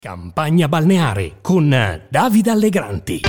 Campagna balneare con Davide Allegranti.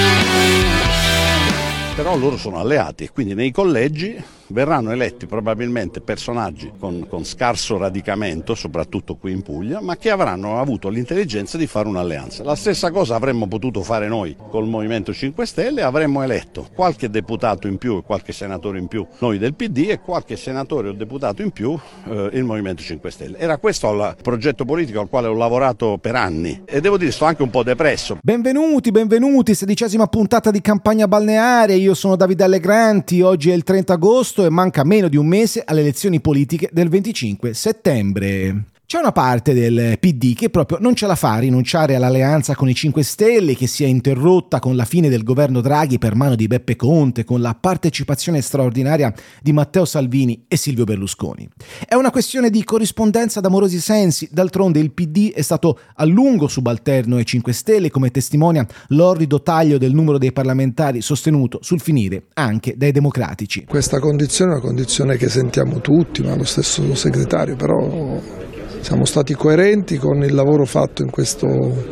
Però loro sono alleati e quindi nei collegi verranno eletti probabilmente personaggi con scarso radicamento, soprattutto qui in Puglia, ma che avranno avuto l'intelligenza di fare un'alleanza. La stessa cosa avremmo potuto fare noi col Movimento 5 Stelle, avremmo eletto qualche deputato in più e qualche senatore in più noi del PD e qualche senatore o deputato in più il Movimento 5 Stelle. Era questo il progetto politico al quale ho lavorato per anni e devo dire sto anche un po' depresso. Benvenuti, 16ª puntata di Campagna balneare. Io sono Davide Allegranti, oggi è il 30 agosto e manca meno di un mese alle elezioni politiche del 25 settembre. C'è una parte del PD che proprio non ce la fa a rinunciare all'alleanza con i 5 Stelle, che si è interrotta con la fine del governo Draghi per mano di Beppe Conte, con la partecipazione straordinaria di Matteo Salvini e Silvio Berlusconi. È una questione di corrispondenza d'amorosi sensi, d'altronde il PD è stato a lungo subalterno ai 5 Stelle, come testimonia l'orrido taglio del numero dei parlamentari sostenuto sul finire anche dai democratici. Questa condizione è una condizione che sentiamo tutti, ma lo stesso segretario, però siamo stati coerenti con il lavoro fatto in questo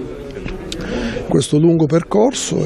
lungo percorso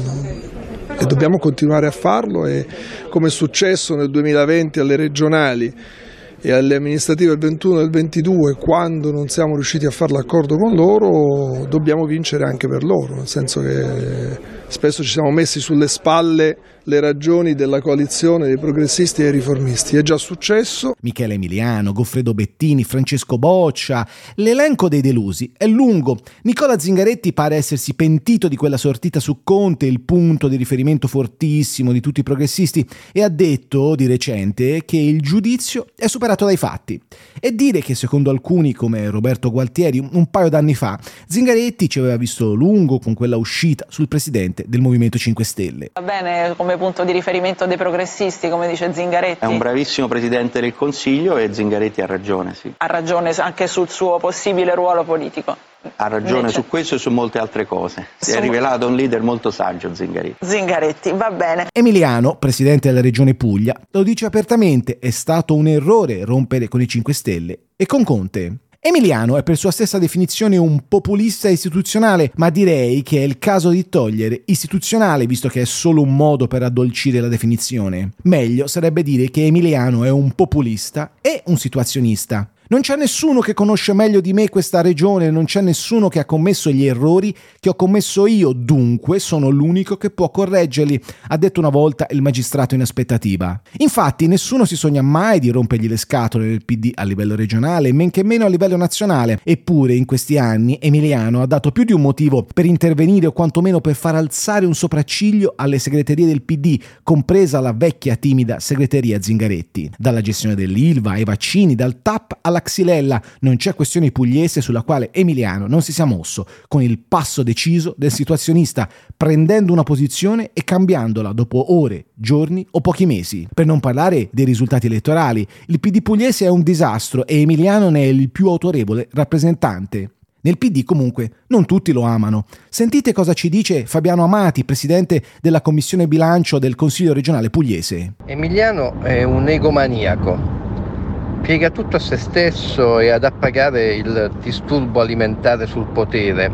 e dobbiamo continuare a farlo e come è successo nel 2020 alle regionali e alle amministrative del 21 e del 22, quando non siamo riusciti a fare l'accordo con loro, dobbiamo vincere anche per loro, nel senso che spesso ci siamo messi sulle spalle le ragioni della coalizione dei progressisti e dei riformisti. È già successo. Michele Emiliano, Goffredo Bettini, Francesco Boccia. L'elenco dei delusi è lungo. Nicola Zingaretti pare essersi pentito di quella sortita su Conte, il punto di riferimento fortissimo di tutti i progressisti, e ha detto di recente che il giudizio è superato dai fatti. E dire che secondo alcuni, come Roberto Gualtieri, un paio d'anni fa, Zingaretti ci aveva visto lungo con quella uscita sul presidente del Movimento 5 Stelle. Va bene come punto di riferimento dei progressisti, come dice Zingaretti. È un bravissimo presidente del Consiglio e Zingaretti ha ragione, sì. Ha ragione anche sul suo possibile ruolo politico. Ha ragione invece su questo e su molte altre cose. Si è rivelato un leader molto saggio, Zingaretti. Zingaretti, va bene. Emiliano, presidente della regione Puglia, lo dice apertamente: è stato un errore rompere con i 5 Stelle e con Conte. Emiliano è per sua stessa definizione un populista istituzionale, ma direi che è il caso di togliere istituzionale, visto che è solo un modo per addolcire la definizione. Meglio sarebbe dire che Emiliano è un populista e un situazionista. Non c'è nessuno che conosce meglio di me questa regione, non c'è nessuno che ha commesso gli errori che ho commesso io, dunque sono l'unico che può correggerli, ha detto una volta il magistrato in aspettativa. Infatti nessuno si sogna mai di rompergli le scatole del PD a livello regionale, men che meno a livello nazionale, eppure in questi anni Emiliano ha dato più di un motivo per intervenire o quantomeno per far alzare un sopracciglio alle segreterie del PD, compresa la vecchia timida segreteria Zingaretti. Dalla gestione dell'Ilva ai vaccini, dal TAP alla Xylella, non c'è questione pugliese sulla quale Emiliano non si sia mosso, con il passo deciso del situazionista, prendendo una posizione e cambiandola dopo ore, giorni o pochi mesi. Per non parlare dei risultati elettorali, il PD pugliese è un disastro e Emiliano ne è il più autorevole rappresentante. Nel PD comunque non tutti lo amano. Sentite cosa ci dice Fabiano Amati, presidente della Commissione Bilancio del Consiglio regionale pugliese. Emiliano è un egomaniaco. Piega tutto a se stesso e ad appagare il disturbo alimentare sul potere.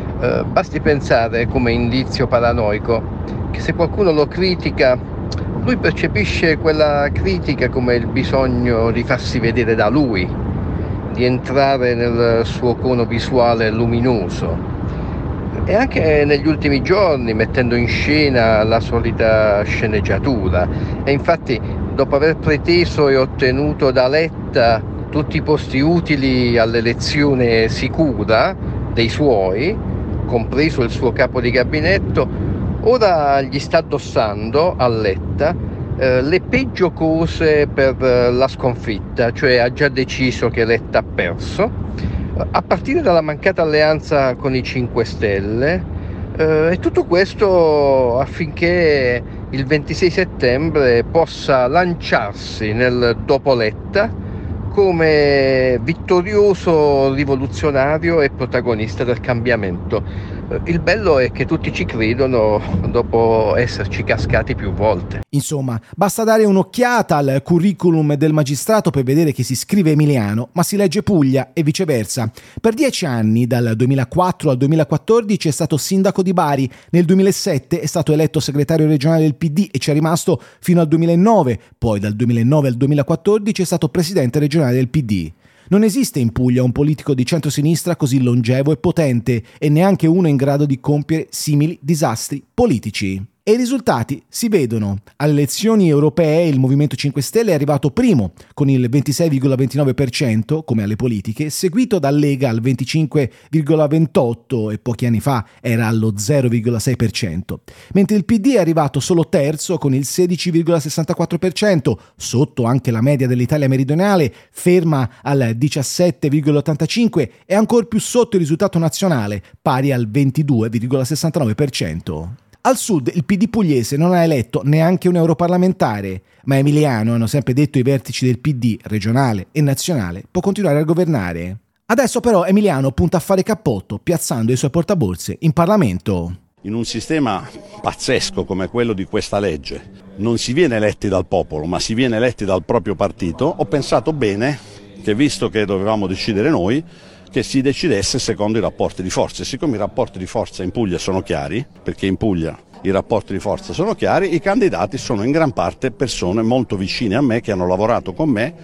Basti pensare, come indizio paranoico, che se qualcuno lo critica, lui percepisce quella critica come il bisogno di farsi vedere da lui, di entrare nel suo cono visuale luminoso. E anche negli ultimi giorni mettendo in scena la solita sceneggiatura. E infatti, dopo aver preteso e ottenuto da Letta tutti i posti utili all'elezione sicura dei suoi, compreso il suo capo di gabinetto, ora gli sta addossando a Letta le peggio cose per la sconfitta, cioè ha già deciso che Letta ha perso, a partire dalla mancata alleanza con i 5 Stelle, e tutto questo affinché il 26 settembre possa lanciarsi nel dopo Letta come vittorioso rivoluzionario e protagonista del cambiamento. Il bello è che tutti ci credono dopo esserci cascati più volte. Insomma, basta dare un'occhiata al curriculum del magistrato per vedere che si scrive Emiliano, ma si legge Puglia e viceversa. Per 10 anni, dal 2004 al 2014, è stato sindaco di Bari. Nel 2007 è stato eletto segretario regionale del PD e ci è rimasto fino al 2009. Poi dal 2009 al 2014 è stato presidente regionale del PD. Non esiste in Puglia un politico di centrosinistra così longevo e potente e neanche uno in grado di compiere simili disastri politici. E i risultati si vedono. Alle elezioni europee il Movimento 5 Stelle è arrivato primo, con il 26,29%, come alle politiche, seguito da Lega al 25,28% e pochi anni fa era allo 0,6%, mentre il PD è arrivato solo terzo con il 16,64%, sotto anche la media dell'Italia meridionale, ferma al 17,85% e ancora più sotto il risultato nazionale, pari al 22,69%. Al sud il PD pugliese non ha eletto neanche un europarlamentare, ma Emiliano, hanno sempre detto i vertici del PD regionale e nazionale, può continuare a governare. Adesso però Emiliano punta a fare cappotto, piazzando i suoi portaborse in Parlamento. In un sistema pazzesco come quello di questa legge non si viene eletti dal popolo, ma si viene eletti dal proprio partito. Ho pensato bene che, visto che dovevamo decidere noi, che si decidesse secondo i rapporti di forza. E siccome i rapporti di forza in Puglia sono chiari, perché in Puglia i rapporti di forza sono chiari, i candidati sono in gran parte persone molto vicine a me, che hanno lavorato con me